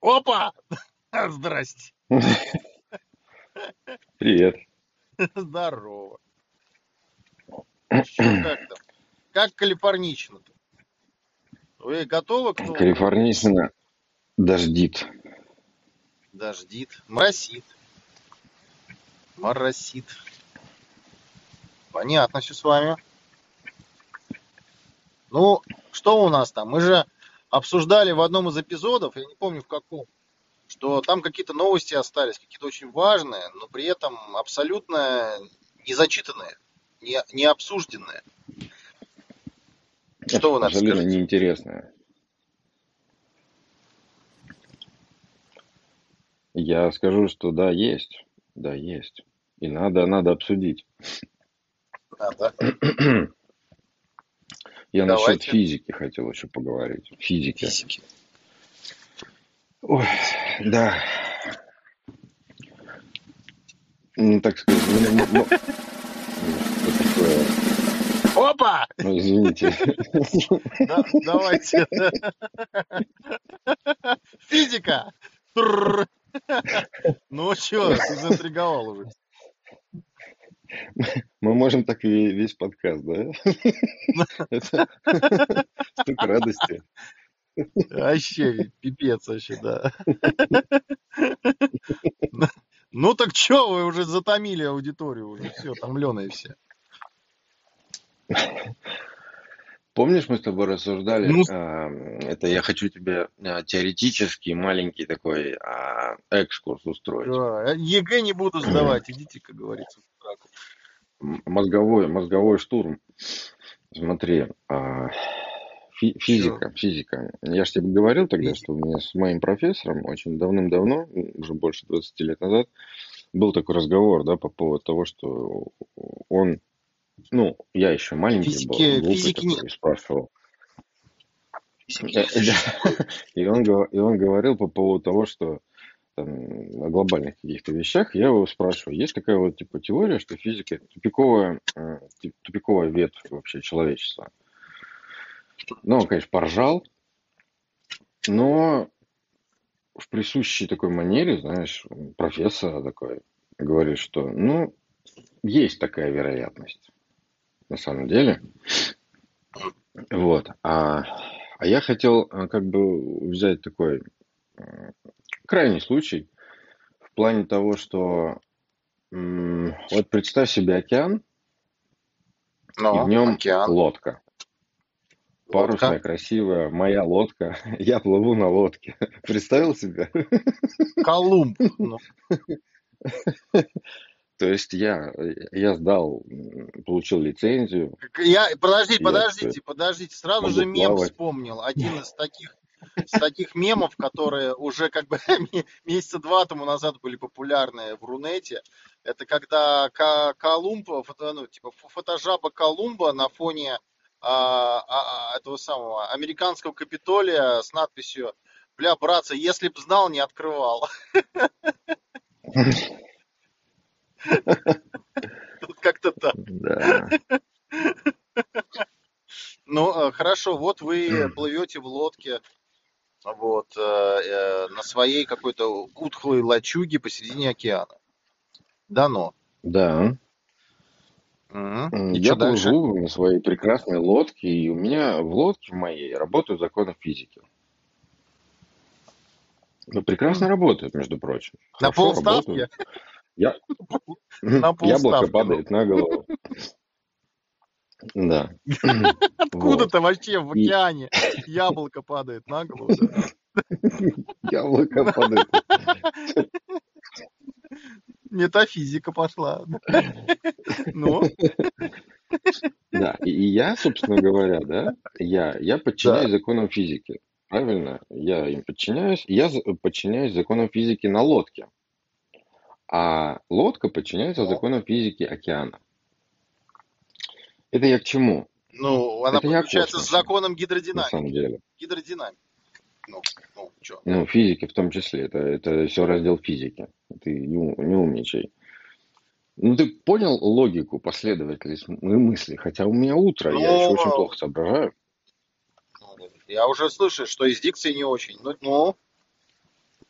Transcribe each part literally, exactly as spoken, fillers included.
Опа! Здрасте. Привет. Здорово. Чё, как там? Как калифорнично-то? Вы готовы к Новому году? Калифорнийщина дождит. Дождит. Моросит. Моросит. Понятно все с вами. Ну, что у нас там? Мы же обсуждали в одном из эпизодов, я не помню в каком, что там какие-то новости остались, какие-то очень важные, но при этом абсолютно не зачитанные, не, не обсужденные. Что вы на это Абсолютно скажете? неинтересная. Я скажу, что да, есть. Да, есть. И надо, надо обсудить. Надо. Я насчет Давайте. физики хотел еще поговорить. Физики. Физики. Ой, да. Ну, так сказать, ну, ну, что такое? Опа! Ну, извините. Да, давайте. Физика! Трррр. Ну что, ты заинтриговал уже. Мы можем так и весь подкаст, да? Это столько радости. Вообще, пипец вообще, да. Ну так что, вы уже затомили аудиторию уже, все, томленые все. Помнишь, мы с тобой рассуждали, Ну, а, это я хочу тебе а, теоретический маленький такой а, экскурс устроить. да, ЕГЭ не буду сдавать, идите, как говорится, в драку. М- Мозговой, мозговой штурм. Смотри, а, фи- Чё? физика, физика. Я же тебе говорил тогда, Физика. что у меня с моим профессором очень давным-давно, м, уже больше двадцати лет назад, был такой разговор, да, по поводу того, что он, ну, я еще маленький был, Физики, глупый физики такой, нет. и спрашивал. Физики Э, не да. существует. И он, гова- и он говорил по поводу того, что там, о глобальных каких-то вещах, я его спрашиваю, есть такая вот типа теория, что физика это тупиковая, э, тип- тупиковая ветвь вообще человечества. Ну, он, конечно, поржал, но в присущей такой манере, знаешь, профессор такой говорит, что, ну, есть такая вероятность, на самом деле. Вот. А, а я хотел э, как бы взять такой э, крайний случай в плане того, что м, вот представь себе океан, и в Ну, нем океан, лодка. Парусная, лодка. красивая, моя лодка. Я плыву на лодке. Представил себе? Колумб. Ну, То есть я, я сдал, м, получил лицензию, Как Я, подождите, я теперь подождите, подождите. Сразу могу же мем плавать. вспомнил. Один из таких, из таких мемов, которые уже как бы ме- месяца два тому назад были популярны в Рунете. Это когда Ка- Колумб, фото- ну, типа фо- фотожаба Колумба на фоне а, а, а, этого самого американского Капитолия с надписью: «Бля, братцы, если б знал, не открывал». Вот как-то так. Да. Ну, э, хорошо, вот вы плывете в лодке, вот, э, э, на своей какой-то утхлой лачуге посередине океана. Дано. Да. Мгм. М, И Я что дальше? плыву на своей прекрасной лодке, и у меня в лодке в моей работают законы физики. Ну, прекрасно М. работают, между прочим. На Хорошо полставки? работают. Я... На Яблоко полставки, ну. падает на голову. Да. Вот. Откуда-то вообще в И океане яблоко падает на голову, да? яблоко падает. Метафизика пошла. Ну, Да. И, и я, собственно говоря, да, я, я да. подчиняюсь законам физики. Правильно? Я им подчиняюсь. Я за- подчиняюсь законам физики на лодке. А лодка подчиняется Ну, законам физики океана. Это я к чему? ну, она Это я о подключается с космосе, законом на самом гидродинамики. деле. Гидродинамики. Ну, ну, что? Ну, физики в том числе. Это, это все раздел физики. Ты не, ум- не умничай. Ну, ты понял логику, последовательность м- мысли? Хотя у меня утро, я еще Ну, очень плохо соображаю. я уже слышу, что из дикции не очень. Ну, ну,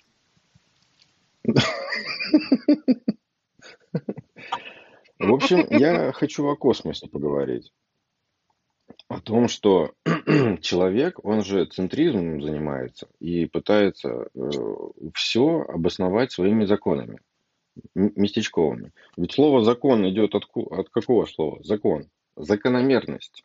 В общем, я хочу о космосе поговорить. О том, что человек, он же центризмом занимается и пытается все обосновать своими законами м- местечковыми. Ведь слово закон идет от, ку- от какого слова? Закон. Закономерность.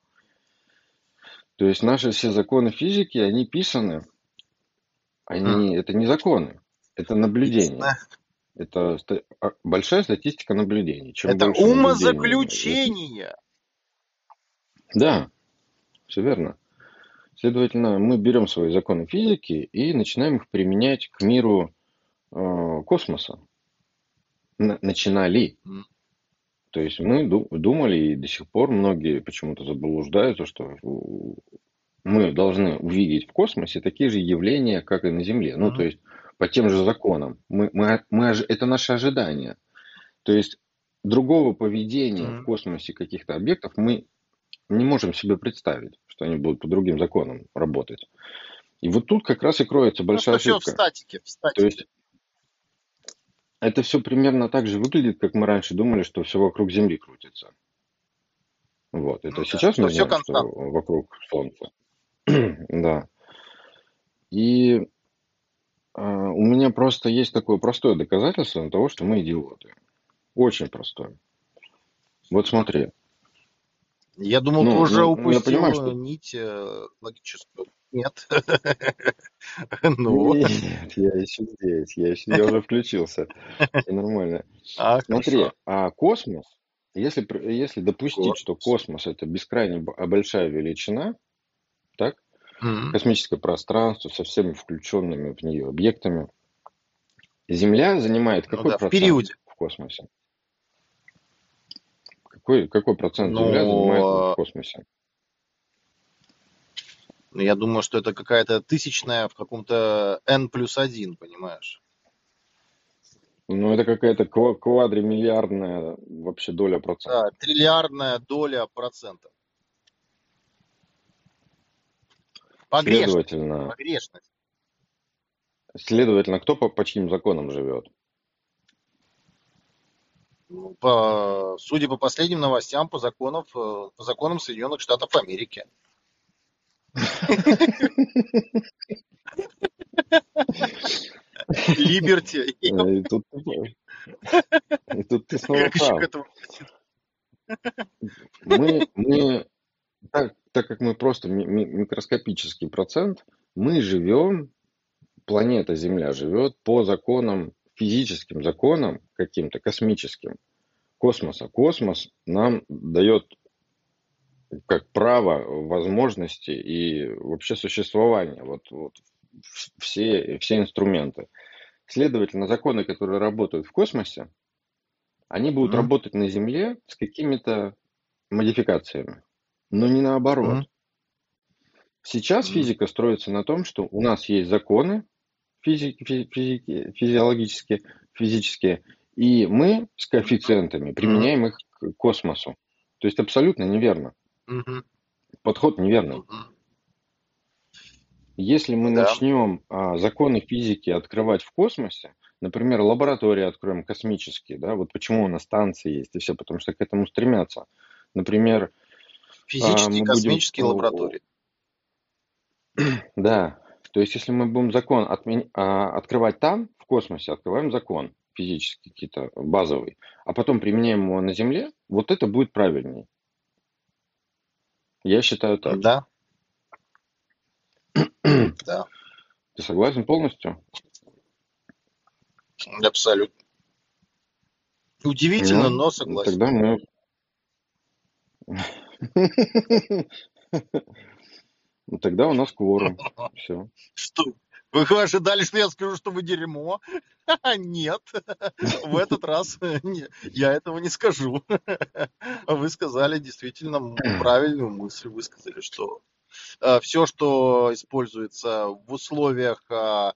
То есть наши все законы физики, они писаны, М, они, это не законы, это наблюдения. Писано. Это ста- а, большая статистика наблюдений. Чем Это больше наблюдений записано. умозаключение. Да, все верно. Следовательно, мы берем свои законы физики и начинаем их применять к миру э, космоса. Н- начинали. М, То есть мы ду- думали, и до сих пор многие почему-то заблуждаются, что у- мы должны увидеть в космосе такие же явления, как и на Земле. Ну, то м, есть по тем же законам. Мы, мы, мы, ожи- это наше ожидание. То есть другого поведения в м. космосе каких-то объектов мы не можем себе представить, что они будут по другим законам работать. И вот тут как раз и кроется Ну, большая что все в ошибка. статике, в То есть статике. это все примерно так же выглядит, как мы раньше думали, что все вокруг Земли крутится. Вот. Это Ну да, сейчас что мы все знаем, что констант. вокруг Солнца. Да. И а, у меня просто есть такое простое доказательство того, что мы идиоты. Очень простое. Вот смотри. Я думал, ты Ну, уже ну, я понимаю, упустил что... нить э, логическую. Нет. Ну, Нет, я еще здесь. Я, еще, я уже включился. Все нормально. а, Смотри, хорошо. а космос, если, пр- если допустить, что Космос. космос это бескрайне б- большая величина, так, М. космическое пространство со всеми включенными в нее объектами, Земля занимает Ну какой да, в процент периоде. в космосе? Какой, какой процент Земля занимает в Но космосе? э, я думаю, что это какая-то тысячная в каком-то n плюс один, понимаешь? Ну, это какая-то ква- квадримиллиардная вообще доля Да, процента. триллиардная доля процентов. Погрешность. Следовательно, Погрешность. следовательно, кто по, по чьим законам живет? Ну, по, судя по последним новостям, по, законов, э, по законам Соединенных Штатов Америки. Либерти. И тут, ты- и тут ты снова Как еще к прав. этому относиться? Мы, мы так, так как мы просто ми- ми- микроскопический процент, мы живем, планета Земля живет по законам, физическим законам, каким-то космическим, космоса. Космос нам дает как право, возможности и вообще существование, вот, вот все, все инструменты. Следовательно, законы, которые работают в космосе, они будут М, работать на Земле с какими-то модификациями, но не м, наоборот. Сейчас м, физика строится на том, что у нас есть законы физики, фи- физики, физиологические, физические, и мы с коэффициентами м, применяем их к космосу. То есть абсолютно неверно. мгм, Подход неверный. мгм. Если мы Да, начнем а, законы физики открывать в космосе, например, лаборатории откроем космические, да, вот почему у нас станции есть и все, потому что к этому стремятся. Например, а, физические мы будем, космические о, лаборатории. да, то есть если мы будем закон отмен- а, открывать там, в космосе, открываем закон физический какие-то базовый, а потом применяем его на Земле, вот это будет правильней. Я считаю так. Да, да, Ты согласен полностью? абсолютно. Удивительно, Ну, но согласен. тогда мы... Ну, тогда у нас кворум. Все. Что? Вы ожидали, что я скажу, что вы дерьмо? Нет, в этот раз не, я этого не скажу. Вы сказали действительно правильную мысль. Вы сказали, что все, что используется в условиях а,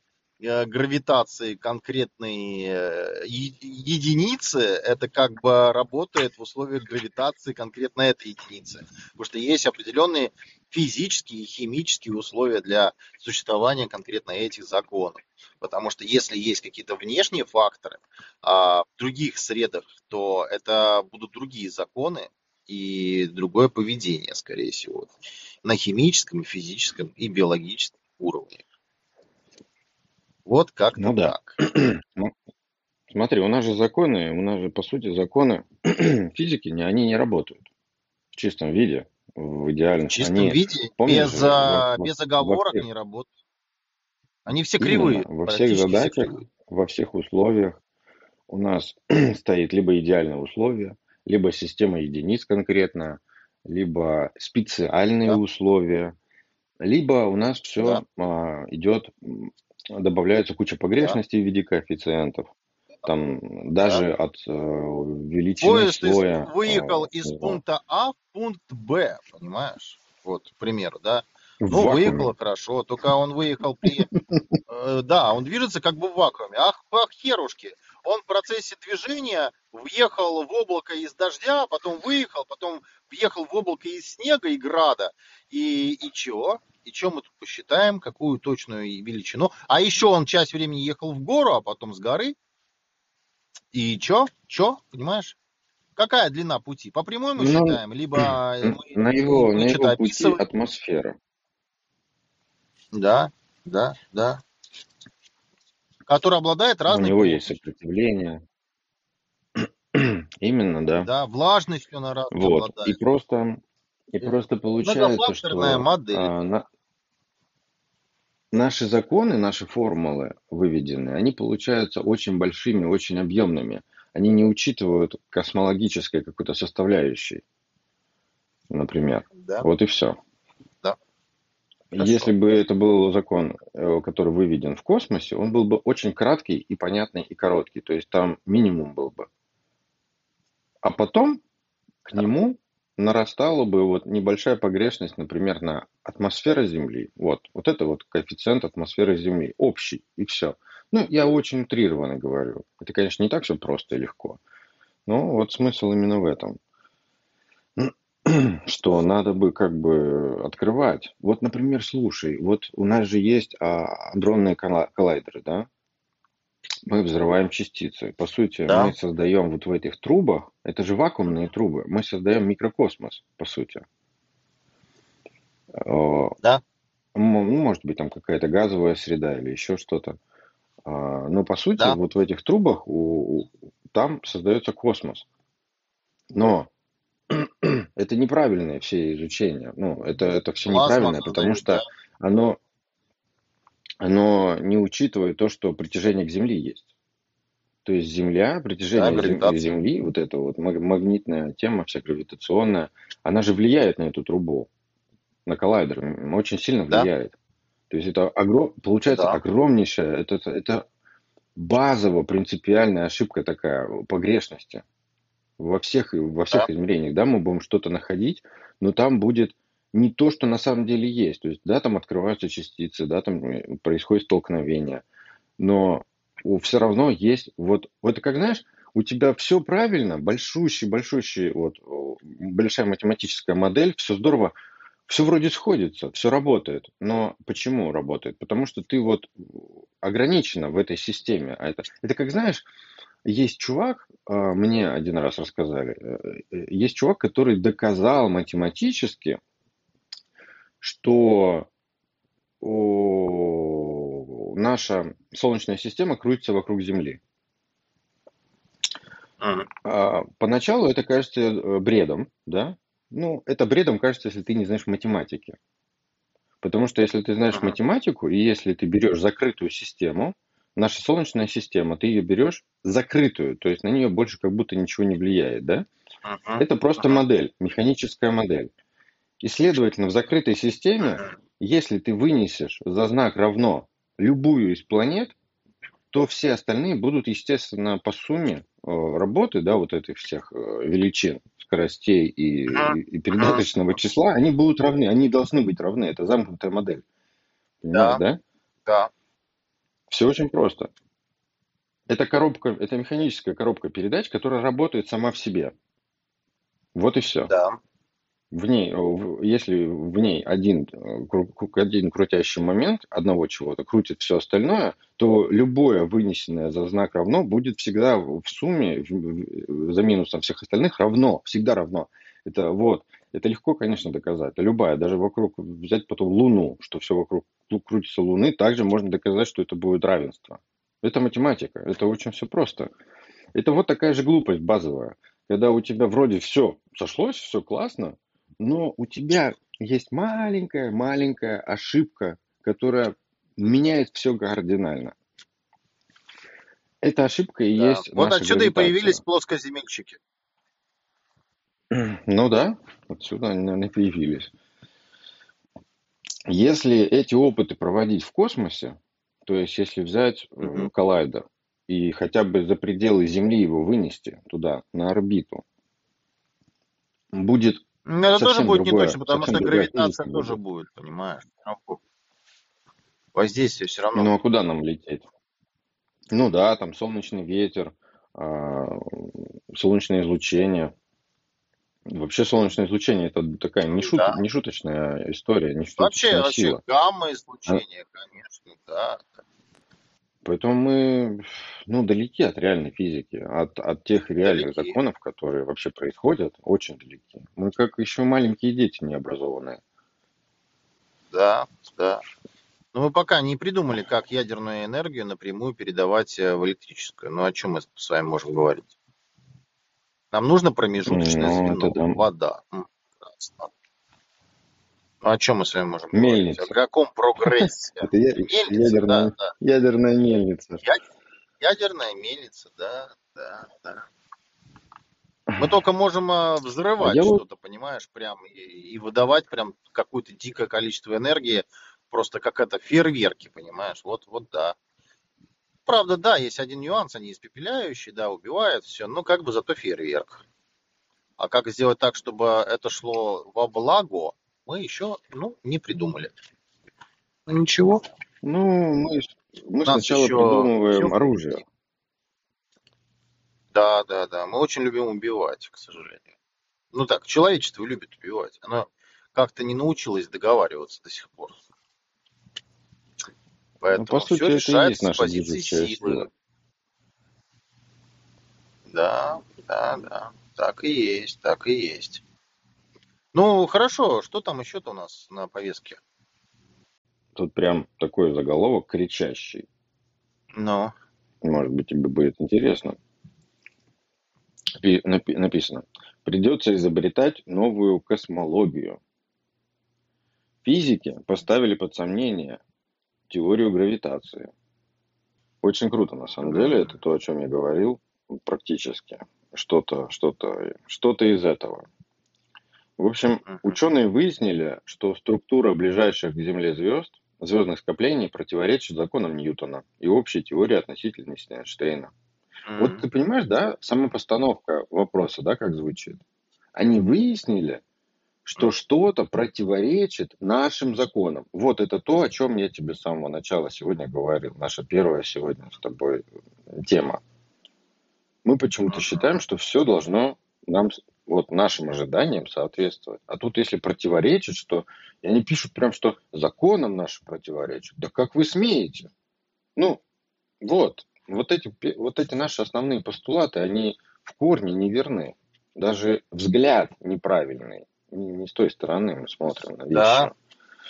э, гравитации конкретной э, е- единицы, это как бы работает в условиях гравитации конкретно этой единицы. Потому что есть определенные физические и химические условия для существования конкретно этих законов. Потому что если есть какие-то внешние факторы а, в других средах, то это будут другие законы и другое поведение, скорее всего, на химическом, и физическом и биологическом уровне. Вот как-то Ну да. так. Ну, смотри, у нас же законы, у нас же, по сути, законы физики, не, они не работают в чистом виде, в В идеальных. чистом Они, виде, помнишь без, же, во, а, во- без во оговорок всех, не работают. Они все именно, кривые, во всех практически все задачах, кривые. во всех условиях у нас стоит либо идеальное условие, либо система единиц конкретно, либо специальные Да, условия, либо у нас да, все идет, м, добавляется куча да, погрешностей в виде коэффициентов. Там да. даже от э, величины Поезд из- слоя, э, выехал из не знаю, пункта А в пункт Б, понимаешь? Вот, к примеру, да. в Ну, выехало вакууме. хорошо, только он выехал при... э, да, он движется как бы в вакууме. Ах, ах, херушки. Он в процессе движения въехал в облако из дождя, потом выехал, потом въехал в облако из снега и града. И, и чё? И чё мы тут посчитаем, какую точную величину? А еще он часть времени ехал в гору, а потом с горы. И чё? Чё? Понимаешь? Какая длина пути? По прямой мы Ну, считаем, либо н- мы, на мы, его, на мы что-то его пути описываем? атмосфера. Да, да, да. Который обладает У разной него есть плотностью. сопротивление. Именно, да. Да, влажностью она разной Вот. И обладает. просто, и Это просто получается, многофакторная что модель. а, на- наши законы, наши формулы выведенные, они получаются очень большими, очень объемными. Они не учитывают космологической какой-то составляющей, например. Да, Вот и все. да, Если хорошо. бы это был закон, э, который выведен в космосе, он был бы очень краткий и понятный и короткий. То есть там минимум был бы. А потом к Да, нему нарастала бы вот небольшая погрешность, например, на атмосфера Земли. Вот, вот это вот коэффициент атмосферы Земли, общий, и все. Ну, я очень утрированно говорю. Это, конечно, не так все просто и легко. Но вот смысл именно в этом. Что надо бы как бы открывать. Вот, например, слушай, вот у нас же есть а, адронные колла- коллайдеры, да? Мы взрываем частицы. По сути, мы да, создаем вот в этих трубах, это же вакуумные трубы, мы создаем микрокосмос, по сути. Э, да, м, ну, может быть, там какая-то газовая среда или еще что-то. А, Но, по сути, да. вот в этих трубах у, у- там создается космос. Но это неправильное все изучение. Ну, это, это все Плазма неправильное, потому создает, да, что оно, оно не учитывает то, что притяжение к Земле есть. То есть Земля, да, притяжение Зем- гравитация. Земли, вот эта вот маг- магнитная тема, вся гравитационная, она же влияет на эту трубу, на коллайдер, м, очень сильно Да, влияет. То есть это огром... получается да, огромнейшая, это, это, это базово принципиальная ошибка такая, погрешности во всех, во да, всех измерениях. Да, мы будем что-то находить, но там будет не то, что на самом деле есть. То есть, да, там открываются частицы, да, там э, происходит столкновение, но все равно есть, вот, вот это как знаешь, у тебя все правильно, большущий, большущий, вот, о, большая математическая модель, все здорово, все вроде сходится, все работает. Но почему работает? Потому что ты вот ограничена в этой системе. А это, это как знаешь, есть чувак, а, мне один раз рассказали, э, э, есть чувак, который доказал математически, что о, наша Солнечная система крутится вокруг Земли. мгм, А, Поначалу это кажется э, бредом, да? Ну, это бредом кажется, если ты не знаешь математики. Потому что если ты знаешь мгм, математику, и если ты берешь закрытую систему, наша Солнечная система, ты ее берешь закрытую, то есть на нее больше как будто ничего не влияет, да? мгм, Это просто мгм, модель, механическая модель. И, следовательно, в закрытой системе, мгм. если ты вынесешь за знак равно любую из планет, то все остальные будут, естественно, по сумме э, работы, да, вот этих всех э, величин, скоростей и, Мгм. и, и Мгм. передаточного числа, они будут равны, они должны быть равны, это замкнутая модель, понимаешь, Да, да? да. Все очень просто. Это коробка, это механическая коробка передач, которая работает сама в себе. Вот и все. Да, В ней, э, в- если в ней один, э, кру- кру- один крутящий момент одного чего-то крутит все остальное, то любое вынесенное за знак равно будет всегда в в сумме в- в- за минусом всех остальных равно, всегда равно. Это вот, это легко, конечно, доказать. Любая, даже вокруг взять потом Луну, что все вокруг кру- крутится Луны, также можно доказать, что это будет равенство. Это математика, это очень все просто. Это вот такая же глупость базовая, когда у тебя вроде все сошлось, все классно, но у тебя есть маленькая-маленькая ошибка, которая меняет все кардинально. Эта ошибка и да. есть Вот наша отсюда и появились гравитация. плоскоземельщики. Ну да, отсюда они, наверное, и появились. Если эти опыты проводить в космосе, то есть если взять э, Мгм. коллайдер и хотя бы за пределы Земли его вынести туда, на орбиту, будет Ну, это тоже совсем будет не другое, точно, потому совсем что другая физика гравитация тоже будет. будет, понимаешь? Ну, воздействие все равно Ну а будет. куда нам лететь? Ну да, там солнечный ветер, а, солнечное излучение. Вообще солнечное излучение это такая не, шут, Да. не шуточная история, не Вообще, шуточная вообще сила. А- гамма-излучение, конечно, да. Поэтому мы ну, далеки от реальной физики, от, от тех реальных Далеки. законов, которые вообще происходят, очень далеки. Мы как еще маленькие дети необразованные. Да, да. Но мы пока не придумали, как ядерную энергию напрямую передавать э, в электрическую. Ну, о чем мы с вами можем говорить? Нам нужно М, промежуточное Ну, это звено. там Вода. М, прекрасно. Ну, о чем мы с вами можем говорить? О мельница. каком прогрессе? Это я- Мельница, да, ядерная, да. ядерная мельница. Я- Ядерная мельница, да, да, да. Мы только можем а, А взрывать я вот что-то, понимаешь, прям и, и выдавать прям какое-то дикое количество энергии, просто как это фейерверки, понимаешь? Вот, вот да. Правда, да, есть один нюанс, они испепеляющие, да, убивают, все, но как бы зато фейерверк. А как сделать так, чтобы это шло во благо, мы еще, ну, не придумали. Ну, ничего. Ну, мы, с- мы У нас сначала еще все придумываем оружие. впереди. Да, да, да. Мы очень любим убивать, к сожалению. Ну так, человечество любит убивать. Оно как-то не научилось договариваться до сих пор. Ну, по Поэтому все сути, это и есть решается с наша позиции движущая сила. силы. Да, да, да. Так и есть, так и есть. Ну, хорошо, что там еще-то у нас на повестке? Тут прям такой заголовок кричащий. Ну, Может быть, тебе будет интересно. И напи- написано. Придется изобретать новую космологию. Физики поставили под сомнение теорию гравитации. Очень круто, на самом деле. Это то, о чем я говорил практически. Что-то, что-то, что-то из этого. В общем, мгм. ученые выяснили, что структура ближайших к Земле звезд, звездных скоплений противоречит законам Ньютона и общей теории относительности Эйнштейна. Вот М. ты понимаешь, да, сама постановка вопроса, да, как звучит? Они выяснили, что что-то противоречит нашим законам. Вот это то, о чем я тебе с самого начала сегодня говорил. Наша первая сегодня с тобой тема. Мы почему-то считаем, что все должно нам, вот нашим ожиданиям соответствовать. А тут если противоречит, что... И они пишут прям, что законам нашим противоречит. Да как вы смеете? Ну, вот. Вот эти, вот эти наши основные постулаты, они в корне неверны. Даже взгляд неправильный. Не, не с той стороны мы смотрим на вещи. Да.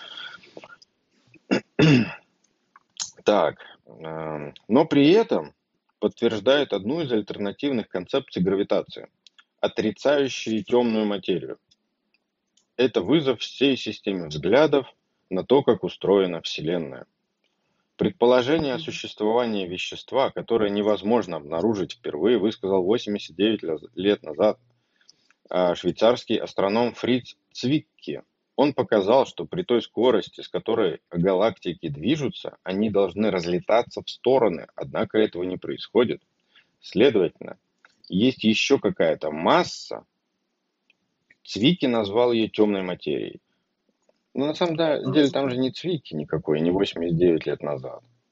Так, эм, но при этом подтверждает одну из альтернативных концепций гравитации, отрицающие темную материю. Это вызов всей системе взглядов на то, как устроена Вселенная. Предположение о существовании вещества, которое невозможно обнаружить впервые, высказал восемьдесят девять лет назад а, швейцарский астроном Фриц Цвикки. Он показал, что при той скорости, с которой галактики движутся, они должны разлетаться в стороны, однако этого не происходит. Следовательно, есть еще какая-то масса, Цвикки назвал ее темной материей. Но на самом деле там же не Цвикки никакой, не восемьдесят девять лет назад.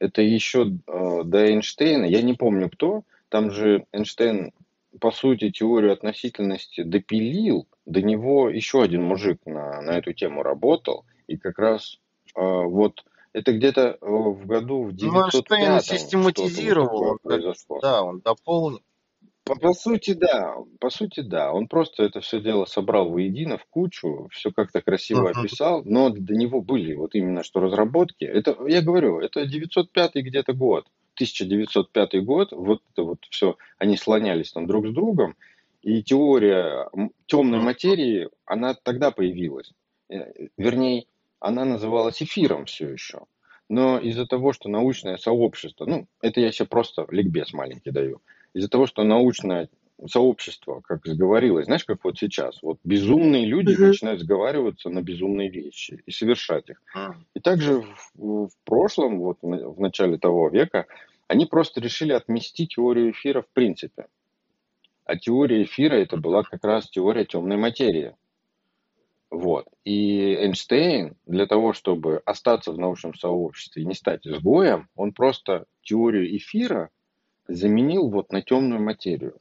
Это еще э, до Эйнштейна, я не помню кто, там же Эйнштейн, по сути, теорию относительности допилил, до него еще один мужик на, на эту тему работал, и как раз э, вот это где-то э, в году в Ну, девятьсот Эйнштейн пятом что-то вот систематизировал, такое он как, произошло. да, он дополнил. По, по сути, да, по сути, да. Он просто это все дело собрал воедино, в кучу, все как-то красиво Мгм. описал, но до него были вот именно что разработки. Это, я говорю, это девятьсот пятый где-то год, тысяча девятьсот пятый год, вот это вот все, они слонялись там друг с другом, и теория темной Мгм. материи, она тогда появилась. Э, Вернее, она называлась эфиром все еще. Но из-за того, что научное сообщество, ну, это я себе просто ликбез маленький даю, из-за того, что научное сообщество, как сговорилось, знаешь, как вот сейчас, вот безумные люди Мгм. начинают сговариваться на безумные вещи и совершать их. Мгм. И также в, в прошлом, вот в начале того века, они просто решили отмести теорию эфира в принципе. А теория эфира это была как раз теория темной материи. Вот. И Эйнштейн для того, чтобы остаться в научном сообществе и не стать изгоем, он просто теорию эфира заменил вот на темную материю.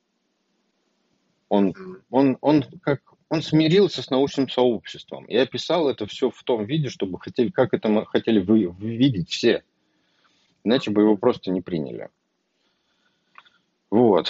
Он, Мгм. он, он как он смирился с научным сообществом и описал это все в том виде, чтобы хотели, как это мы хотели вы, вы видеть все. Иначе бы его просто не приняли. Вот.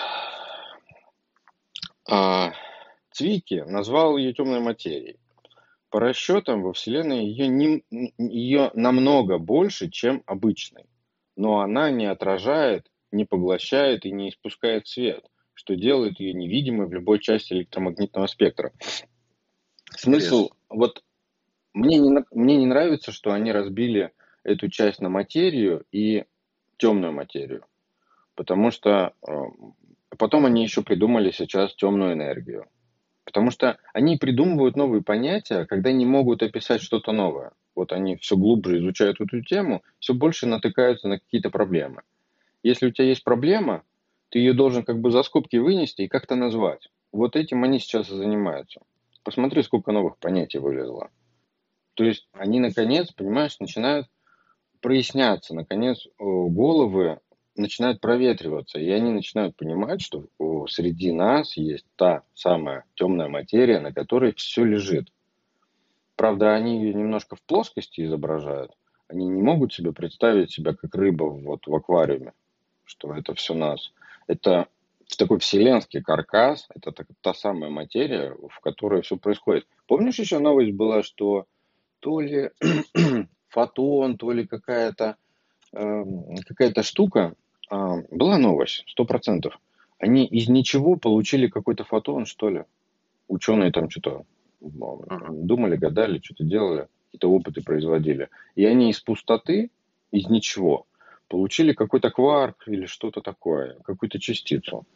А Цвики назвал ее темной материей. По расчетам во Вселенной ее, не, ее намного больше, чем обычной. Но она не отражает, не поглощает и не испускает свет, что делает ее невидимой в любой части электромагнитного спектра. Смысл, Интересно. вот мне не, на- мне не нравится, что они разбили эту часть на материю и темную материю, потому что э, потом они еще придумали сейчас темную энергию. Потому что они придумывают новые понятия, когда не могут описать что-то новое. Вот они все глубже изучают эту тему, все больше натыкаются на какие-то проблемы. Если у тебя есть проблема, ты ее должен как бы за скобки вынести и как-то назвать. Вот этим они сейчас и занимаются. Посмотри, сколько новых понятий вылезло. То есть они, наконец, понимаешь, начинают проясняться, наконец, головы начинают проветриваться, и они начинают понимать, что среди нас есть та самая темная материя, на которой все лежит. Правда, они ее немножко в плоскости изображают. Они не могут себе представить себя как рыба вот в аквариуме, что это все нас. Это такой вселенский каркас, это та самая материя, в которой все происходит. Помнишь, еще новость была, что то ли фотон, то ли какая-то э, какая-то штука, а, была новость, сто процентов. Они из ничего получили какой-то фотон, что ли. Ученые там что-то Мгм. думали, гадали, что-то делали, какие-то опыты производили. И они из пустоты, из ничего, получили какой-то кварк или что-то такое, какую-то частицу.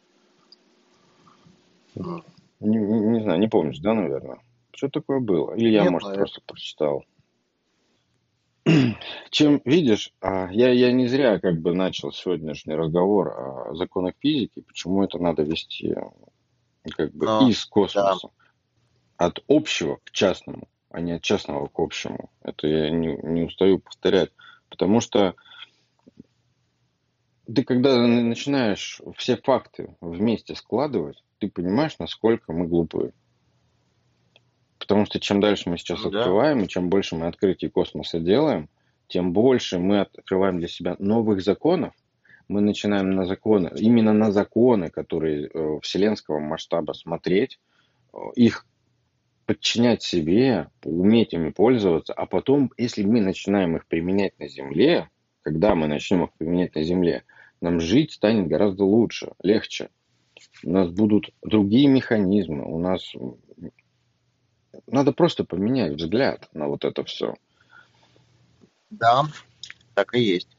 Мгм. Не, не- не знаю, не помнишь, да, наверное? Что такое было? Или я, Нет, может, наверное. просто прочитал. Чем видишь, а, я, я не зря как бы начал сегодняшний разговор о законах физики, почему это надо вести э, как бы Но, из да. космоса, от общего к частному, а не от частного к общему. Это я не, не устаю повторять, потому что ты когда начинаешь все факты вместе складывать, ты понимаешь, насколько мы глупые. Потому что чем дальше мы сейчас Да. открываем, и чем больше мы открытий космоса делаем, тем больше мы открываем для себя новых законов. Мы начинаем на законы, именно на законы, которые э, вселенского масштаба смотреть, э, их подчинять себе, уметь ими пользоваться, а потом, если мы начинаем их применять на Земле, когда мы начнем их применять на Земле, нам жить станет гораздо лучше, легче. У нас будут другие механизмы, у нас надо просто поменять взгляд на вот это все. Да, так и есть.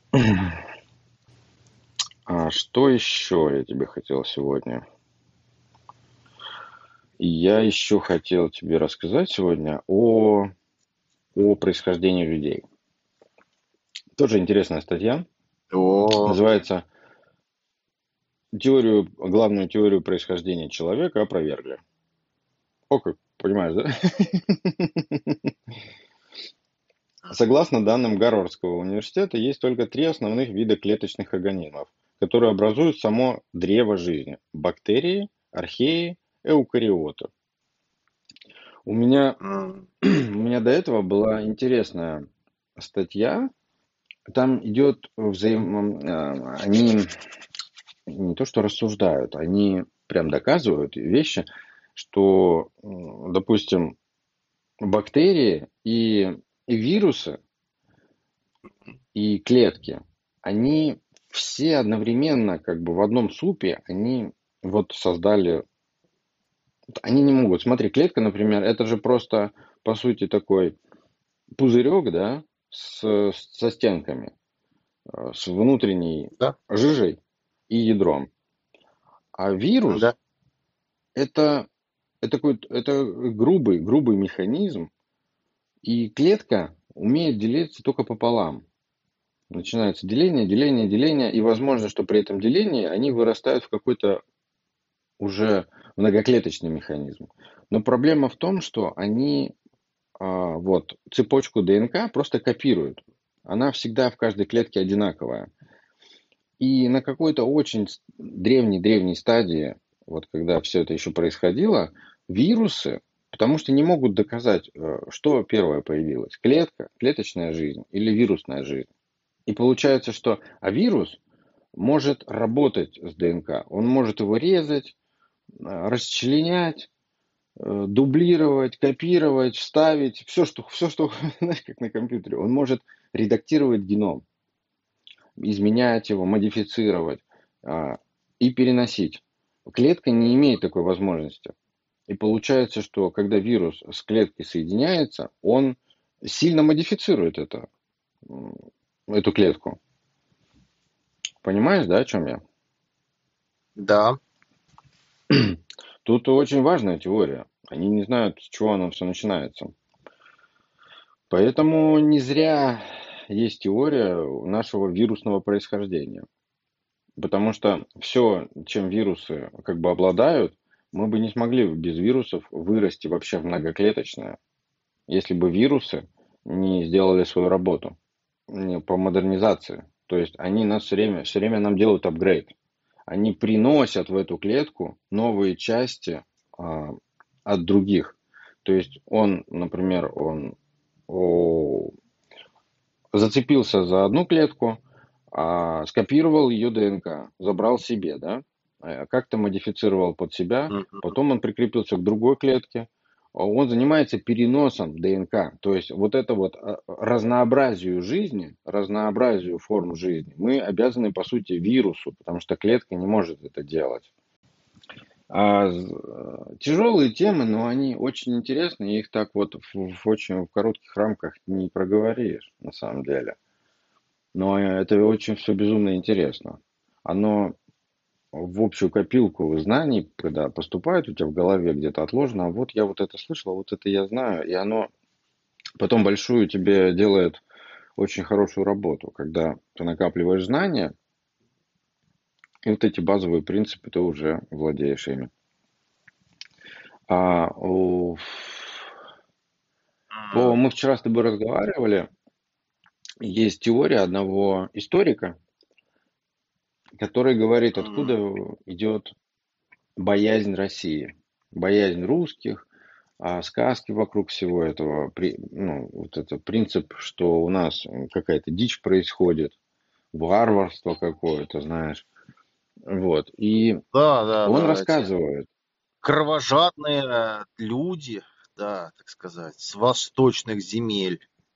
А что еще я тебе хотел сегодня? Я еще хотел тебе рассказать сегодня о, о происхождении людей. Тоже интересная статья. О, Называется «Теорию, главную теорию происхождения человека опровергли». О, как, понимаешь, да? Согласно данным Гарвардского университета, есть только три основных вида клеточных организмов, которые образуют само древо жизни – бактерии, археи, эукариоты. У меня, М, у меня до этого была интересная статья. Там идет взаим... а, Они не то что рассуждают, они прям доказывают вещи, что, м, допустим, бактерии и, и вирусы, и клетки, они все одновременно, как бы в одном супе, они вот создали... Они не могут. Смотри, клетка, например, это же просто, по сути, такой пузырек, да, с, со стенками, э, с внутренней Да, жижей и ядром. А вирус да, это, это такой, это грубый, грубый механизм, и клетка умеет делиться только пополам. Начинается деление, деление, деление, и возможно, что при этом делении они вырастают в какой-то уже многоклеточный механизм. Но проблема в том, что они а, вот цепочку ДНК просто копируют. Она всегда в каждой клетке одинаковая. И на какой-то очень древней-древней стадии, вот когда все это еще происходило, вирусы, потому что не могут доказать, э, что первое появилось, клетка, клеточная жизнь или вирусная жизнь. И получается, что а вирус может работать с ДНК. Он может его резать, э, расчленять, э, дублировать, копировать, вставить, все, что, все, что, знаешь, как на компьютере. Он может редактировать геном, изменять его, модифицировать а, и переносить. Клетка не имеет такой возможности. И получается, что когда вирус с клеткой соединяется, он сильно модифицирует это, эту клетку. Понимаешь, да, о чем я? да. Тут очень важная теория. Они не знают, с чего оно все начинается. Поэтому не зря есть теория нашего вирусного происхождения. Потому что все, чем вирусы как бы обладают, мы бы не смогли без вирусов вырасти вообще в многоклеточное, если бы вирусы не сделали свою работу не, по модернизации. То есть они нас все время, все время нам делают апгрейд. Они приносят в эту клетку новые части а, от других. То есть он, например, он о, зацепился за одну клетку, а, скопировал ее ДНК, забрал себе, да, э, как-то модифицировал под себя, Мгм. потом он прикрепился к другой клетке, а он занимается переносом ДНК, то есть вот это вот а, разнообразию жизни, разнообразию форм жизни мы обязаны, по сути, вирусу, потому что клетка не может это делать. А з- тяжелые темы, но они очень интересные, их так вот в, в очень в коротких рамках не проговоришь, на самом деле. Но это очень все безумно интересно. Оно в общую копилку знаний, когда поступает у тебя в голове где-то отложено, а вот я вот это слышал, а вот это я знаю, и оно потом большую тебе делает очень хорошую работу, когда ты накапливаешь знания, и вот эти базовые принципы ты уже владеешь ими. А, о, по, М, мы вчера с тобой разговаривали, есть теория одного историка, который говорит, м. откуда идет боязнь России, боязнь русских, а сказки вокруг всего этого, при- ну, вот это принцип, что у нас какая-то дичь происходит, варварство какое-то, знаешь, вот. И Да, да, он да, эти рассказывает, кровожадные э, люди, да, так сказать, с восточных земель.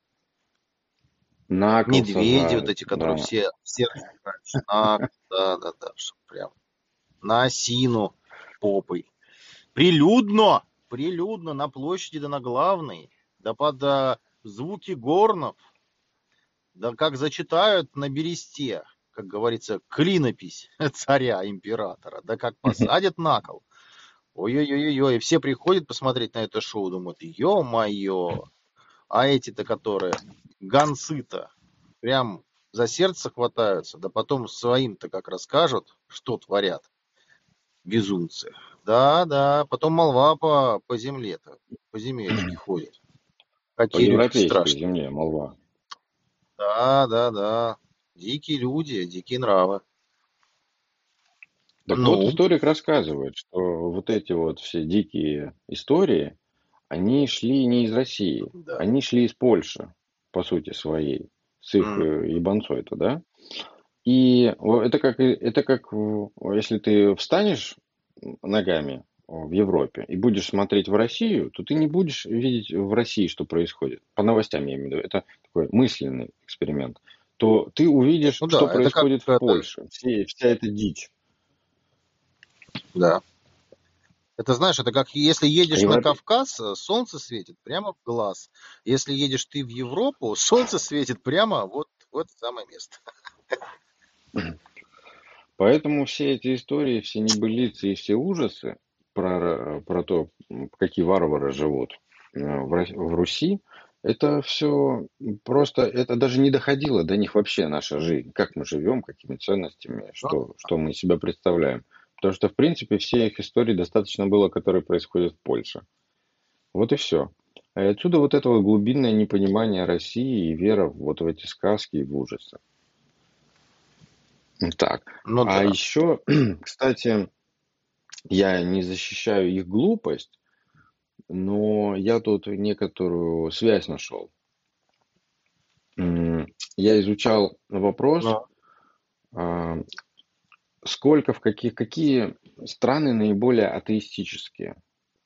на кол Медведи вот сажают, эти, которые да. все, все раньше. На, да, да, да, что прям на осину попой. Прилюдно, прилюдно на площади, да на главной, да под а, звуки горнов, да как зачитают на бересте, как говорится, клинопись царя, императора, да как посадят на кол. Ой-ой-ой-ой, и все приходят посмотреть на это шоу, думают, ё-моё, а эти-то, которые гонцы-то, прям за сердце хватаются, да потом своим-то как расскажут, что творят безумцы. Да, да, потом молва по, по земле-то, по земелечке ходит. По Какие люди европейской страшные. земле молва. Да, да, да. Дикие люди, дикие нравы. Так вот, Ну, историк рассказывает, что вот эти вот все дикие истории, они шли не из России, да. они шли из Польши, по сути своей, с их М. э, ебанцой-то, да? И о, это как, и- это как в- если ты встанешь ногами в Европе и будешь смотреть в Россию, то ты не будешь видеть в России, что происходит. По новостям я имею в виду. Это такой мысленный эксперимент. То ты увидишь, Ну что да, это как происходит в это, Польше. Все- вся эта дичь. да. Это знаешь, это как если А едешь на Европе... Кавказ, э, солнце светит прямо в глаз. Если едешь ты в Европу, солнце светит прямо вот в это самое место. Поэтому все эти истории, все небылицы и все ужасы про, про то, м, какие варвары живут э, в, Рос- в Руси, это все просто, это даже не доходило до них вообще наша жизнь, как мы живем, какими ценностями, Ну, что, что мы из себя представляем. Потому что, в принципе, все их истории достаточно было, которые происходят в Польше. Вот и все. И отсюда вот это вот глубинное непонимание России и вера вот в эти сказки и в ужасы. Так. ну А да. еще, кстати, я не защищаю их глупость, но я тут некоторую связь нашел. М, Я изучал вопрос, Ну, а, сколько в каких, какие страны наиболее атеистические.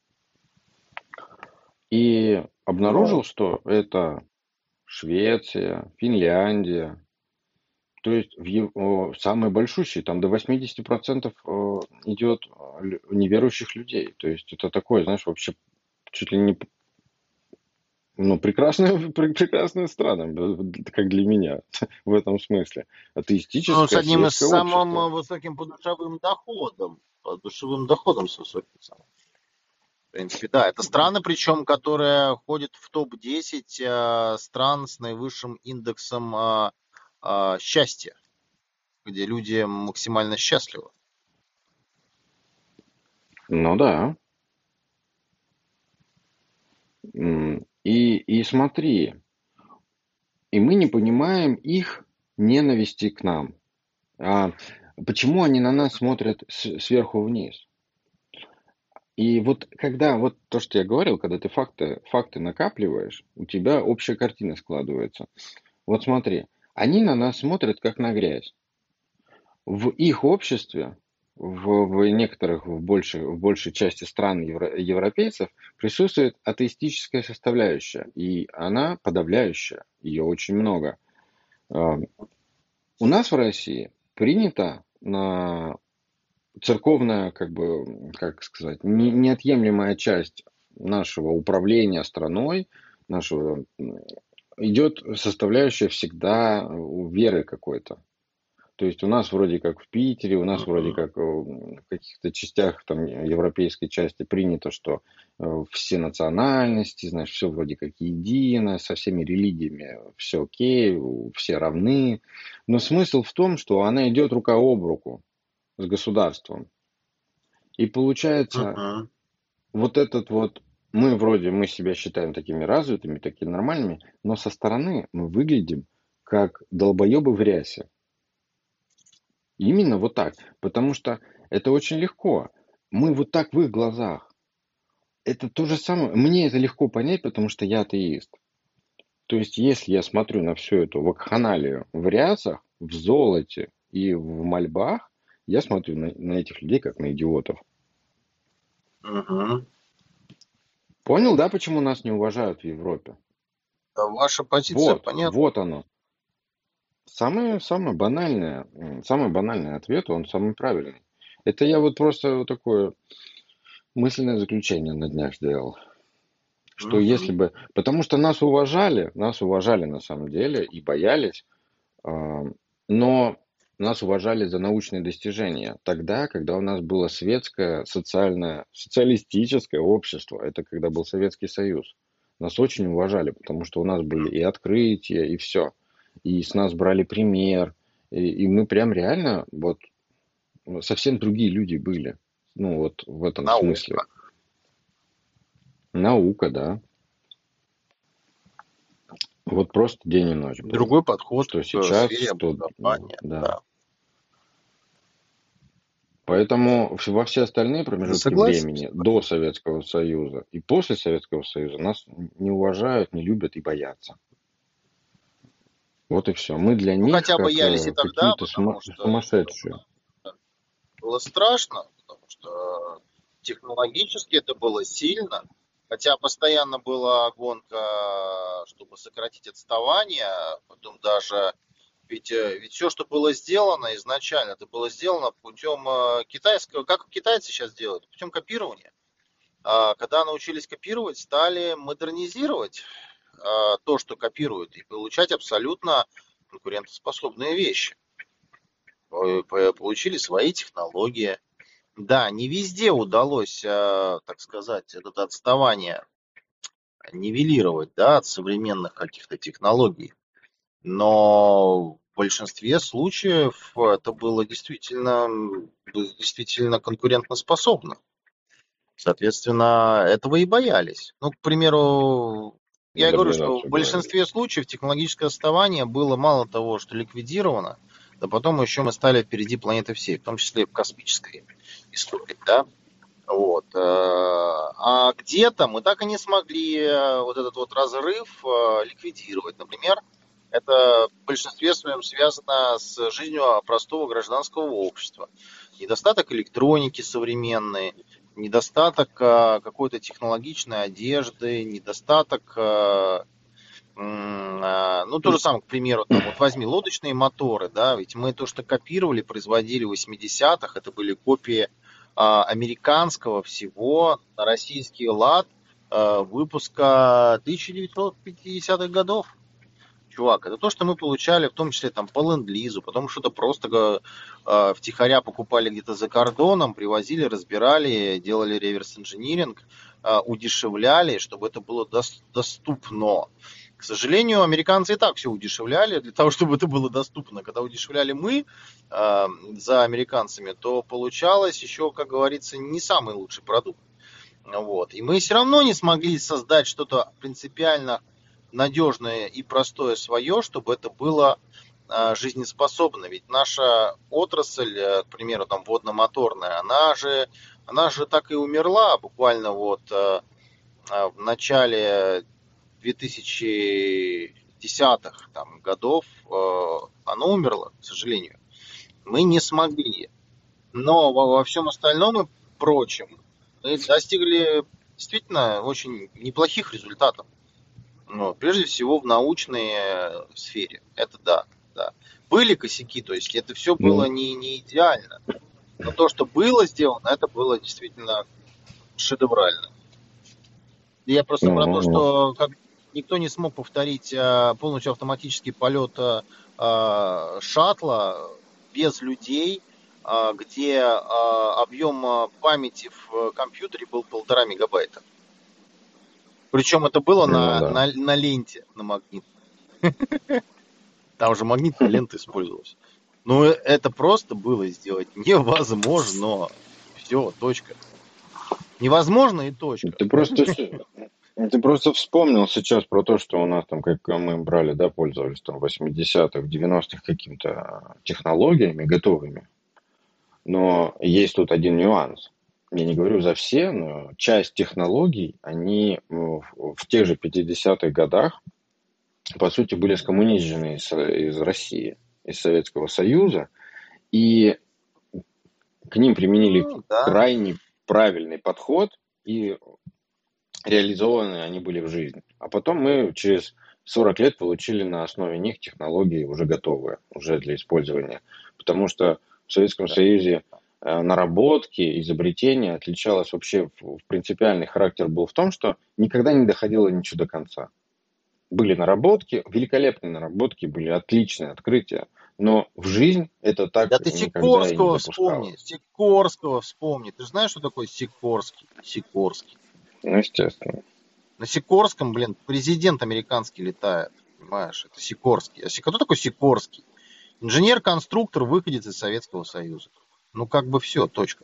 И ну, обнаружил, что это Швеция, Финляндия. То есть в Ев- о, самые большущие, там до восемьдесят процентов о, идет о, лю- неверующих людей. То есть это такое, знаешь, вообще чуть ли не ну, прекрасная, пр- прекрасная страна, б- как для меня, в этом смысле. ну, с Атеистическое одним из светское самым общество. э, высоким подушевым доходом. Подушевым доходом с высоким самым. В принципе, да. Это страны, причем, которые ходят в топ десять э, стран с наивысшим индексом э, э, счастья, где люди максимально счастливы. Ну да. М, И, и смотри, и мы не понимаем их ненависти к нам. А почему они на нас смотрят с- сверху вниз? И вот когда, вот то, что я говорил, когда ты факты, факты накапливаешь, у тебя общая картина складывается. Вот смотри, они на нас смотрят как на грязь. В их обществе, в, в некоторых, в большей, в большей части стран евро- европейцев присутствует атеистическая составляющая, и она подавляющая, ее очень много. А, У нас в России принято на церковная, как бы, как сказать, не- неотъемлемая часть нашего управления страной, нашего, м, идет составляющая всегда у веры какой-то. То есть у нас вроде как в Питере, у нас вроде Мгм. как э, в каких-то частях там европейской части принято, что э, все национальности, знаешь, все вроде как едино, со всеми религиями все окей, у- все равны. Но смысл в том, что она идет рука об руку с государством. И получается, Мгм. вот этот вот, мы вроде, мы себя считаем такими развитыми, такими нормальными, но со стороны мы выглядим как долбоебы в рясе. Именно вот так. Потому что это очень легко. Мы вот так в их глазах. Это то же самое. Мне это легко понять, потому что я атеист. То есть, если я смотрю на всю эту вакханалию в рясах, в золоте и в мольбах, я смотрю на, на этих людей как на идиотов. Мгм. Понял, да, почему нас не уважают в Европе? Да, ваша позиция Вот, понятна. вот оно. Самое, самое банальное, м, самый банальный ответ, он самый правильный. Это я вот просто вот такое мысленное заключение на днях сделал. Что если Мгм. бы... Потому что нас уважали, нас уважали на самом деле и боялись, а, но нас уважали за научные достижения. Тогда, когда у нас было светское, социальное, социалистическое общество, это когда был Советский Союз, нас очень уважали, потому что у нас были и открытия, и все. И с нас брали пример. И, и мы прям реально вот ну, совсем другие люди были. Ну вот в этом смысле. Наука. Наука, да. Вот просто день и ночь было. Другой подход Что к сейчас, сфере что... м, образования, Да. да. Поэтому в- во все остальные Да, промежутки согласен. времени до Советского Союза и после Советского Союза нас не уважают, не любят и боятся. Вот и все. Мы для Ну, них хотя как боялись и э, тогда, какие-то сума- потому что это сумасшедшие. было страшно, потому что технологически это было сильно, хотя постоянно была гонка, чтобы сократить отставание, потом даже ведь, э, ведь все, что было сделано изначально, это было сделано путем э, китайского, как китайцы сейчас делают, путем копирования. А когда научились копировать, стали модернизировать а, то, что копируют, и получать абсолютно конкурентоспособные вещи. Э, Получили свои технологии. Да, не везде удалось, а, так сказать, это отставание нивелировать, да, от современных каких-то технологий. Но в большинстве случаев это было действительно, действительно конкурентоспособно. Соответственно, этого и боялись. Ну, к примеру, я и говорю, что в Модернизацию говорили. большинстве случаев технологическое отставание было мало того, что ликвидировано, да потом еще мы стали впереди планеты всей, в том числе и в космической истории, да. Вот. э, А где-то мы так и не смогли э, вот этот вот разрыв э, ликвидировать. Например, это в большинстве своем связано с жизнью простого гражданского общества. Недостаток электроники современной, недостаток э, какой-то технологичной одежды, недостаток, э, м, э, ну, то же самое, к примеру, там, вот возьми лодочные моторы, да, ведь мы то, что копировали, производили в восьмидесятых, это были копии а, американского всего на российский лад а, выпуска тысяча девятьсот пятидесятых годов. Чувак, это то, что мы получали, в том числе там по ленд-лизу, потом что-то просто э, втихаря покупали где-то за кордоном, привозили, разбирали, делали реверс-инжиниринг, э, удешевляли, чтобы это было дос- доступно. К сожалению, американцы и так все удешевляли для того, чтобы это было доступно. Когда удешевляли мы э, за американцами, то получалось еще, как говорится, не самый лучший продукт. Вот. И мы все равно не смогли создать что-то принципиально надежное и простое свое, чтобы это было а, жизнеспособно. Ведь наша отрасль, э, к примеру, там водно-моторная, она же, она же так и умерла буквально вот э, а, в начале две тысячи десятых там, годов. Э, Она умерла, к сожалению. Мы не смогли. Но во, во всем остальном и прочем мы достигли действительно очень неплохих результатов. Ну, прежде всего в научной э, сфере. Это да, да. Были косяки, то есть это все было Ну, не, не идеально. Но то, что было сделано, это было действительно шедеврально. И я просто ну, про ну, то, ну. что как никто не смог повторить а, полностью автоматический полет а, а, шаттла без людей, а, где а, объем а, памяти в э, компьютере был полтора мегабайта. Причем это было Ну на, да. на, на ленте, на магнит. Там же магнитная лента использовалась. Ну, э, это просто было сделать невозможно. Все, точка. Невозможно и точка. Ты просто, с- ты просто вспомнил сейчас про то, что у нас там, как мы брали, да, пользовались там в восьмидесятых, в девяностых какими-то технологиями готовыми. Но есть тут один нюанс. Я не говорю за все, но часть технологий, они в в тех же пятидесятых годах, по сути, были скоммунизированы из, из России, из Советского Союза, и к ним применили Ну, да. крайне правильный подход, и реализованы они были в жизнь. А потом мы через сорок лет получили на основе них технологии уже готовые, уже для использования. Потому что в Советском Да. Союзе э, наработки, изобретения отличалось вообще, в в принципиальный характер был в том, что никогда не доходило ничего до конца. Были наработки, великолепные наработки, были отличные открытия, но в жизнь это так Да ты никогда и не Сикорского вспомни, запускалось. Сикорского вспомни. Ты же знаешь, что такое Сикорский? Сикорский. Ну, естественно. На Сикорском, блин, президент американский летает. Понимаешь, это Сикорский. А Сик- кто такой Сикорский? Инженер-конструктор, выходец из Советского Союза. Ну, как бы все, точка.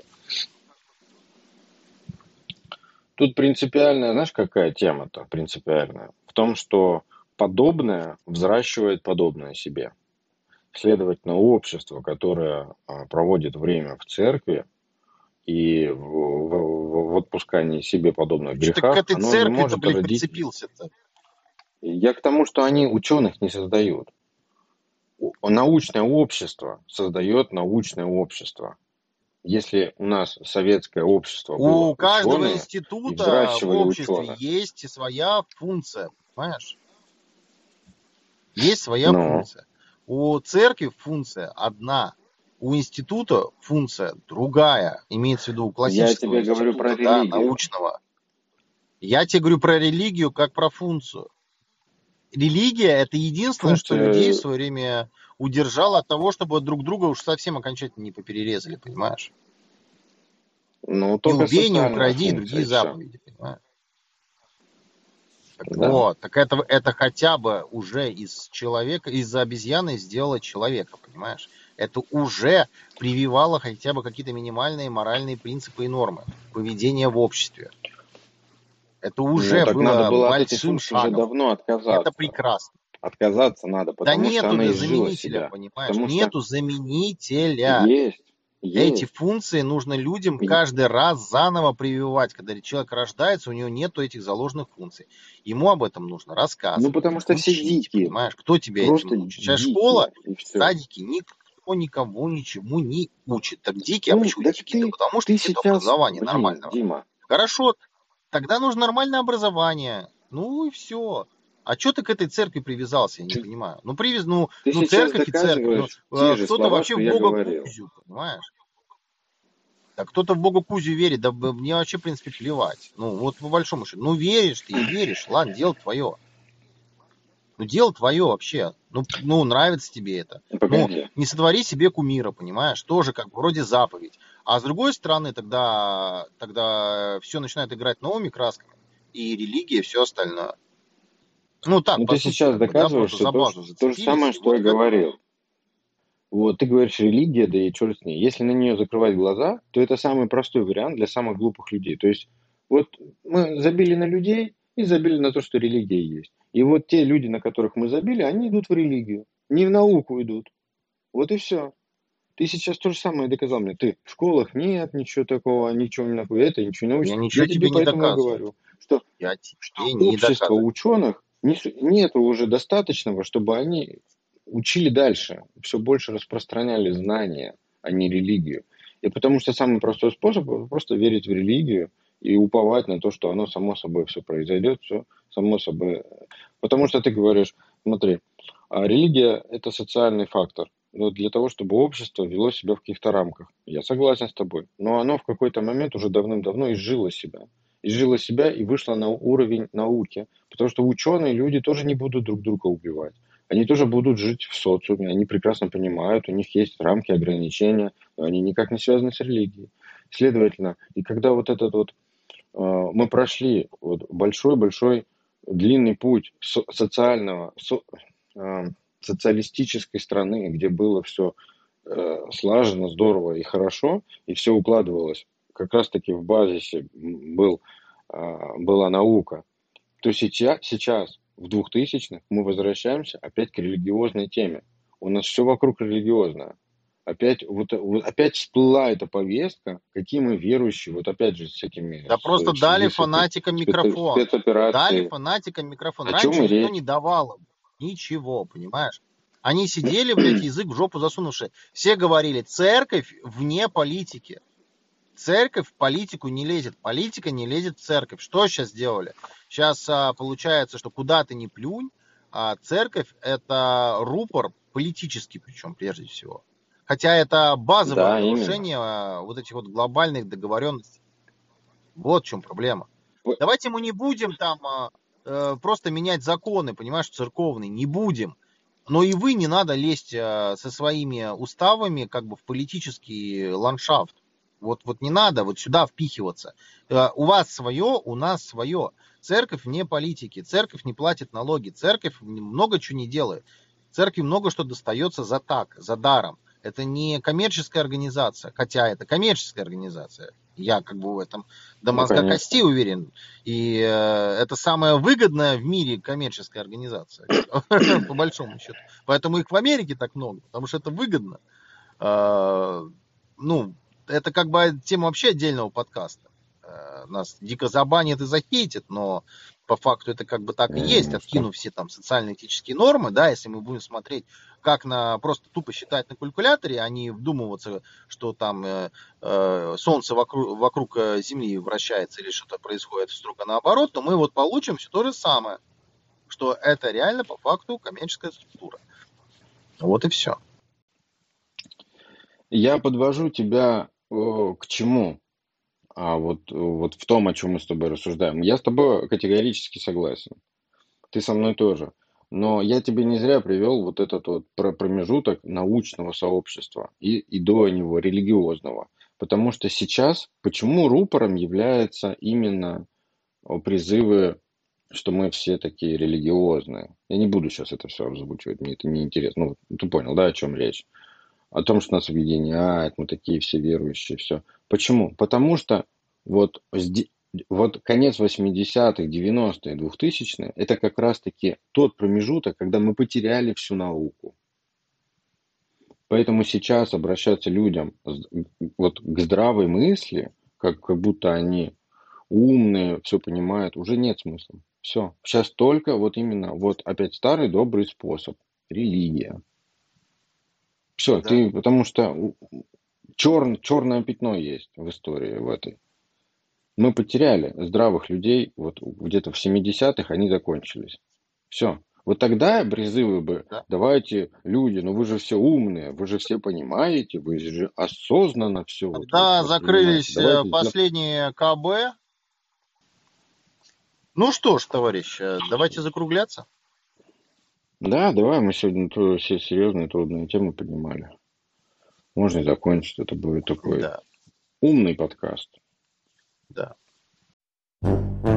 Тут принципиальная, знаешь, какая тема-то принципиальная? В том, что подобное взращивает подобное себе. Следовательно, общество, которое а, проводит время в церкви и в, в- в отпускании себе подобных Что ты к грехах, этой оно не церкви-то, может блядь, родить... прицепился-то? Я к тому, что они ученых не создают. У- Научное общество создает научное общество. Если у нас советское общество было У каждого ученые и института в взращивали обществе ученых, есть своя функция, понимаешь? Есть своя но функция. У церкви функция одна, у института функция другая. Имеется в виду у я классического тебе говорю про института, да, религию. научного. Я тебе говорю про религию как про функцию. Религия – это единственное, что людей в Функция, свое время удержало от того, чтобы друг друга уж совсем окончательно не поперерезали, понимаешь? ну, Не только убей, не социальная укради и функция, другие и все. заповеди, понимаешь? Так Да. вот, так это, это хотя бы уже из человека, из обезьяны сделало человека, понимаешь? Это уже прививало хотя бы какие-то минимальные моральные принципы и нормы поведения в обществе. Это Ну, уже так надо было было от этой большим функции уже шагом. давно Это отказаться. прекрасно. Отказаться надо, Да потому что нету она да изжила заменителя, себя. понимаешь? Потому что Нету заменителя. есть, Эти есть. функции нужно людям И- каждый раз заново прививать. Когда человек рождается, у него нету этих заложенных функций. Ему об этом нужно Ну, рассказывать, потому что все учить, дикие. понимаешь? Кто тебя Просто этим учит? Сейчас школа, дикие. И все. садики, никто никого ничему не учит. Так дикие, а Ну, почему так дикие? Да ты, потому что ты нет сейчас, образования блин, нормального. Дима, Хорошо, тогда нужно нормальное образование. Ну и все. А что ты к этой церкви привязался, я не ты, понимаю. Ну, привяз, ну, ты ну сейчас церковь и церковь. Ну, доказываешь те э, же кто-то слова, вообще что в я Бога говорил. Кузю, понимаешь? Да кто-то в Бога Кузю верит, да мне вообще, в принципе, плевать. Ну, вот по большому счету. Ну, веришь ты и веришь, ладно, дело твое. Ну, дело твое вообще. Ну, ну, нравится тебе это. Ну, Погоди. не сотвори себе кумира, понимаешь? Тоже как бы вроде заповедь. А с другой стороны, тогда, тогда все начинает играть новыми красками. И религия, и все остальное. Ну, так, Ну, по ты сути, сейчас как бы, да, доказываешь просто все за то, базу ш- то же зацепились, самое, и что вот я к этому. говорил. Вот ты говоришь религия, да и черт с ней. Если на нее закрывать глаза, то это самый простой вариант для самых глупых людей. То есть вот мы забили на людей и забили на то, что религия есть. И вот те люди, на которых мы забили, они идут в религию, не в науку идут. Вот и все. Ты сейчас то же самое доказал мне. Ты в школах нет ничего такого, ничего не нахуй, это ничего не Я научишь. ничего Я тебе тебе не поэтому и доказываю. говорю, что, Я что тебе не общество доказываю. ученых не, су- нету уже достаточного, чтобы они учили дальше, все больше распространяли знания, а не религию. И потому что самый простой способ это просто верить в религию и уповать на то, что оно само собой все произойдет, все само собой. Потому что ты говоришь, смотри, а религия это социальный фактор. Но для того, чтобы общество вело себя в каких-то рамках. Я согласен с тобой. Но оно в какой-то момент уже давным-давно изжило себя. Изжило себя и вышло на уровень науки. Потому что ученые люди тоже не будут друг друга убивать. Они тоже будут жить в социуме, они прекрасно понимают, у них есть рамки, ограничения, но они никак не связаны с религией. Следовательно, и когда вот этот вот э, мы прошли вот большой-большой длинный путь со- социального, со- э, социалистической страны, где было все слаженно, здорово и хорошо, и все укладывалось как раз-таки в базисе был, э, была наука, то сейчас, сейчас, в двухтысячных, мы возвращаемся опять к религиозной теме. У нас все вокруг религиозное. Опять, вот, вот опять всплыла эта повестка, какие мы верующие, вот опять же с этими Да с, просто дали с этой фанатикам спец- микрофон. Дали спецоперацией. фанатикам микрофон. О чем Раньше и никто не речь? давал им ничего, понимаешь? Они сидели, блядь, язык в жопу засунувши. Все говорили, церковь вне политики. Церковь в политику не лезет. Политика не лезет в церковь. Что сейчас сделали? Сейчас а, получается, что куда ты ни плюнь, а церковь это рупор политический, причем прежде всего. Хотя это базовое Да, именно. нарушение а, вот этих вот глобальных договоренностей. Вот в чем проблема. В- Давайте мы не будем там а, э, просто менять законы, понимаешь, церковные. Не будем. Но и вы не надо лезть а, со своими уставами как бы в политический ландшафт. Вот, вот не надо вот сюда впихиваться. Э, у вас свое, у нас свое. Церковь вне политики. Церковь не платит налоги. Церковь много чего не делает. Церкви много что достается за так, за даром. Это не коммерческая организация, хотя это коммерческая организация. Я как бы в этом до Ну, мозга конечно. костей уверен. И э, это самая выгодная в мире коммерческая организация, по большому счету. Поэтому их в Америке так много, потому что это выгодно. Э, ну, это как бы тема вообще отдельного подкаста. Э, нас дико забанят и захейтят, но по факту это как бы так и есть, М, Что? откинув все там социально-этические нормы, да, если мы будем смотреть, как на просто тупо считать на калькуляторе, а не вдумываться, что там э, э, Солнце вокруг, вокруг э, Земли вращается или что-то происходит строго наоборот, то мы вот получим все то же самое, что это реально по факту коммерческая структура. Вот и все. Я подвожу тебя э, к чему? А вот, э, вот в том, о чем мы с тобой рассуждаем. Я с тобой категорически согласен. Ты со мной тоже. Но я тебе не зря привел вот этот вот про- промежуток научного сообщества и, и до него религиозного. Потому что сейчас, почему рупором являются именно э, призывы, что мы все такие религиозные. Я не буду сейчас это все озвучивать, мне это не интересно. Ну, ты понял, да, о чем речь? О том, что нас объединяет, мы такие все верующие, все. Почему? Потому что вот, вот конец восьмидесятых, девяностые, двухтысячные, это как раз-таки тот промежуток, когда мы потеряли всю науку. Поэтому сейчас обращаться людям вот к здравой мысли, как, как будто они умные, все понимают, уже нет смысла. Все. Сейчас только вот именно, вот опять старый добрый способ. Религия. Все, Да. ты, потому что чер, черное пятно есть в истории в этой. Мы потеряли здравых людей, вот где-то в семидесятых они закончились. Все. Вот тогда призывы бы, Да. давайте, люди, ну вы же все умные, вы же все понимаете, вы же осознанно все вот, вот Когда воспринимаете. закрылись э, Давайте сделаем. последние КБ, ну что ж, товарищ, э, давайте закругляться. Да, давай, мы сегодня то- все серьезные, трудные темы поднимали. Можно и закончить. Это будет такой Да, умный подкаст. да.